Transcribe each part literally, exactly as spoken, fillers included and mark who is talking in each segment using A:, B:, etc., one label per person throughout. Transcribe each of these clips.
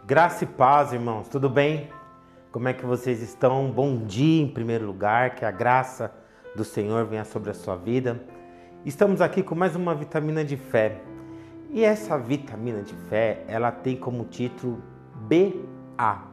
A: Graça e paz, irmãos, tudo bem? Como é que vocês estão? Bom dia em primeiro lugar, que a graça do Senhor venha sobre a sua vida. Estamos aqui com mais uma vitamina de fé. E essa vitamina de fé, ela tem como título B A.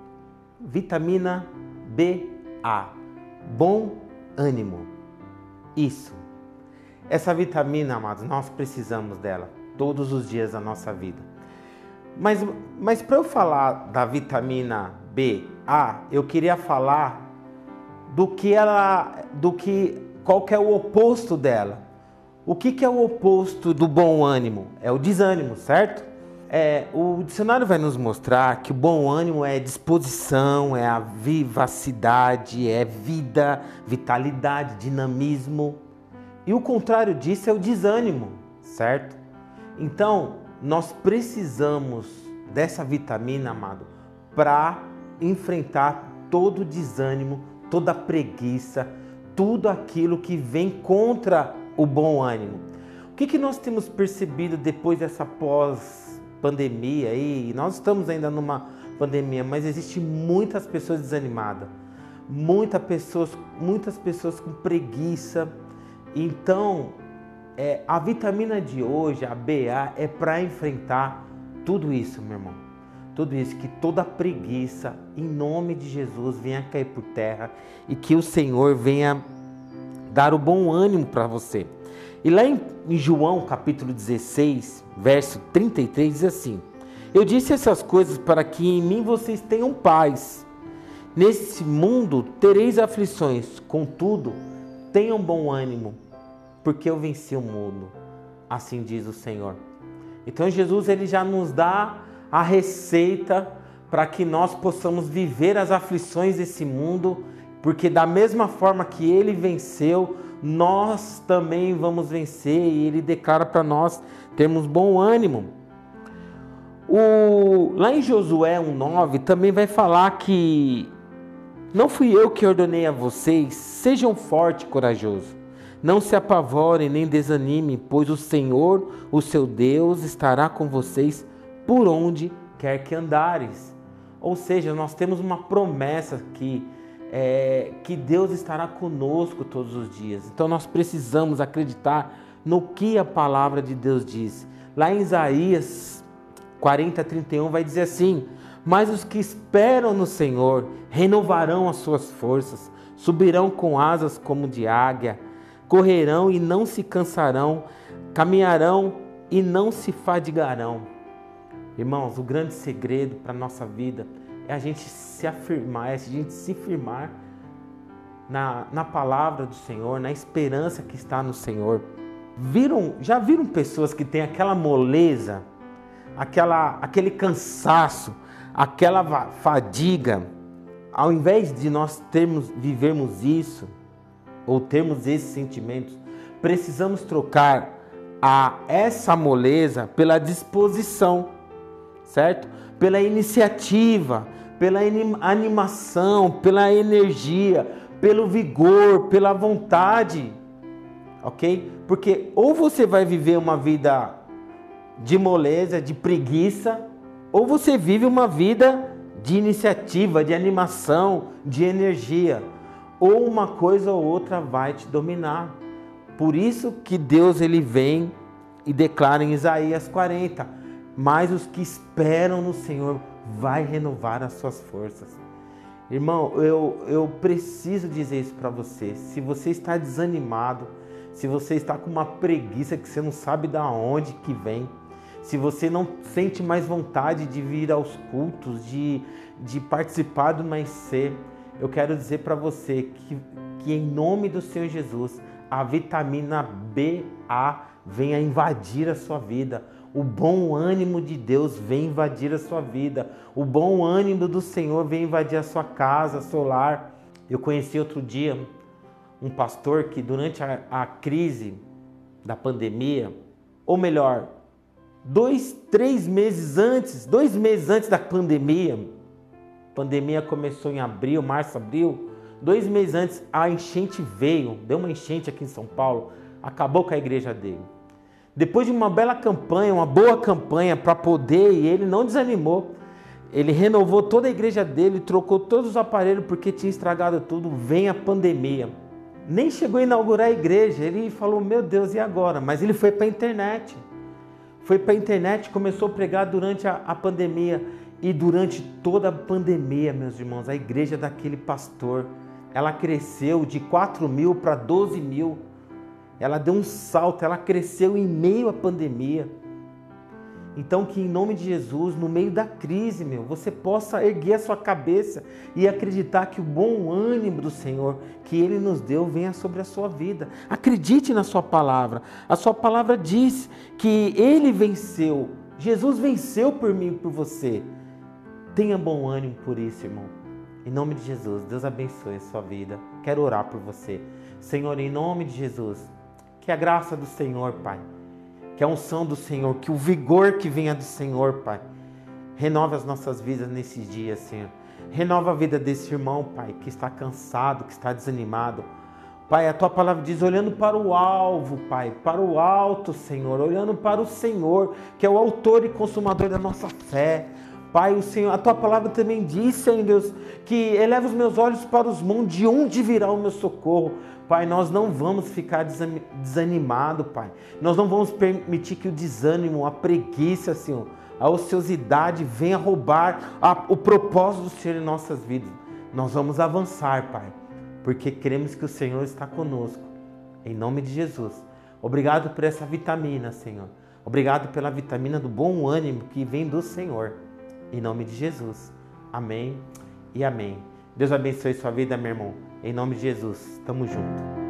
A: Vitamina B A. Bom ânimo. Isso. Essa vitamina, amados, nós precisamos dela todos os dias da nossa vida. Mas, mas para eu falar da vitamina B A, eu queria falar do que ela, do que, qual que é o oposto dela. O que, que é o oposto do bom ânimo? É o desânimo, certo? É, o dicionário vai nos mostrar que o bom ânimo é disposição, é a vivacidade, é vida, vitalidade, dinamismo. E o contrário disso é o desânimo, certo? Então, nós precisamos dessa vitamina, amado, para enfrentar todo o desânimo, toda a preguiça, tudo aquilo que vem contra o bom ânimo. O que, que nós temos percebido depois dessa pós-pandemia aí? Nós estamos ainda numa pandemia, mas existe muitas pessoas desanimadas, muitas pessoas, muitas pessoas com preguiça. Então, É, a vitamina de hoje, a B A, é para enfrentar tudo isso, meu irmão. Tudo isso, que toda preguiça, em nome de Jesus, venha cair por terra e que o Senhor venha dar o bom ânimo para você. E lá em, em João, capítulo dezesseis, verso trinta e três, diz assim: Eu disse essas coisas para que em mim vocês tenham paz. Nesse mundo tereis aflições, contudo, tenham bom ânimo, porque eu venci o mundo, assim diz o Senhor. Então Jesus ele já nos dá a receita para que nós possamos viver as aflições desse mundo, porque da mesma forma que ele venceu, nós também vamos vencer, e ele declara para nós termos bom ânimo. O, lá em Josué um nove também vai falar que não fui eu que ordenei a vocês, sejam fortes e corajosos. Não se apavorem nem desanimem, pois o Senhor, o seu Deus, estará com vocês por onde quer que andares. Ou seja, nós temos uma promessa que, é, que Deus estará conosco todos os dias. Então nós precisamos acreditar no que a palavra de Deus diz. Lá em Isaías quarenta, trinta e um vai dizer assim: Mas os que esperam no Senhor renovarão as suas forças, subirão com asas como de águia, correrão e não se cansarão, caminharão e não se fadigarão. Irmãos, o grande segredo para a nossa vida é a gente se afirmar, é a gente se firmar na, na palavra do Senhor, na esperança que está no Senhor. Viram, já viram pessoas que têm aquela moleza, aquela, aquele cansaço, aquela fadiga? Ao invés de nós termos, vivermos isso, ou termos esses sentimentos, precisamos trocar a essa moleza pela disposição, certo? Pela iniciativa, pela animação, pela energia, pelo vigor, pela vontade, ok? Porque ou você vai viver uma vida de moleza, de preguiça, ou você vive uma vida de iniciativa, de animação, de energia. Ou uma coisa ou outra vai te dominar. Por isso que Deus ele vem e declara em Isaías quarenta: Mas os que esperam no Senhor vai renovar as suas forças. Irmão, eu, eu preciso dizer isso para você. Se você está desanimado, se você está com uma preguiça que você não sabe de onde que vem, se você não sente mais vontade de vir aos cultos, de, de participar do Mais Ser, eu quero dizer para você que, que em nome do Senhor Jesus, a vitamina B A venha invadir a sua vida. O bom ânimo de Deus vem invadir a sua vida. O bom ânimo do Senhor vem invadir a sua casa, seu lar. Eu conheci outro dia um pastor que durante a, a crise da pandemia, ou melhor, dois, três meses antes, dois meses antes da pandemia, a pandemia começou em abril, março, abril. Dois meses antes, a enchente veio. Deu uma enchente aqui em São Paulo. Acabou com a igreja dele. Depois de uma bela campanha, uma boa campanha para poder, e ele não desanimou. ele renovou toda a igreja dele, trocou todos os aparelhos porque tinha estragado tudo. Vem a pandemia. Nem chegou a inaugurar a igreja. Ele falou, meu Deus, e agora? Mas ele foi para a internet. Foi para a internet, começou a pregar durante a, a pandemia. E durante toda a pandemia, meus irmãos, a igreja daquele pastor, ela cresceu de quatro mil para doze mil. Ela deu um salto, ela cresceu em meio à pandemia. Então que em nome de Jesus, no meio da crise, meu, você possa erguer a sua cabeça e acreditar que o bom ânimo do Senhor que Ele nos deu venha sobre a sua vida. Acredite na sua palavra. A sua palavra diz que Ele venceu. Jesus venceu por mim e por você. Tenha bom ânimo por isso, irmão. Em nome de Jesus, Deus abençoe a sua vida. Quero orar por você. Senhor, em nome de Jesus, que a graça do Senhor, Pai, que a unção do Senhor, que o vigor que venha do Senhor, Pai, renove as nossas vidas nesses dias, Senhor. Renova a vida desse irmão, Pai, que está cansado, que está desanimado. Pai, a Tua palavra diz, olhando para o alvo, Pai, para o alto, Senhor, olhando para o Senhor, que é o autor e consumador da nossa fé. Pai, o Senhor, a Tua palavra também diz, Senhor Deus, que eleva os meus olhos para os montes, de onde virá o meu socorro? Pai, nós não vamos ficar desanimados, Pai. Nós não vamos permitir que o desânimo, a preguiça, Senhor, a ociosidade venha roubar a, o propósito do Senhor em nossas vidas. Nós vamos avançar, Pai, porque cremos que o Senhor está conosco. Em nome de Jesus. Obrigado por essa vitamina, Senhor. Obrigado pela vitamina do bom ânimo que vem do Senhor. Em nome de Jesus. Amém e amém. Deus abençoe sua vida, meu irmão. Em nome de Jesus. Tamo junto.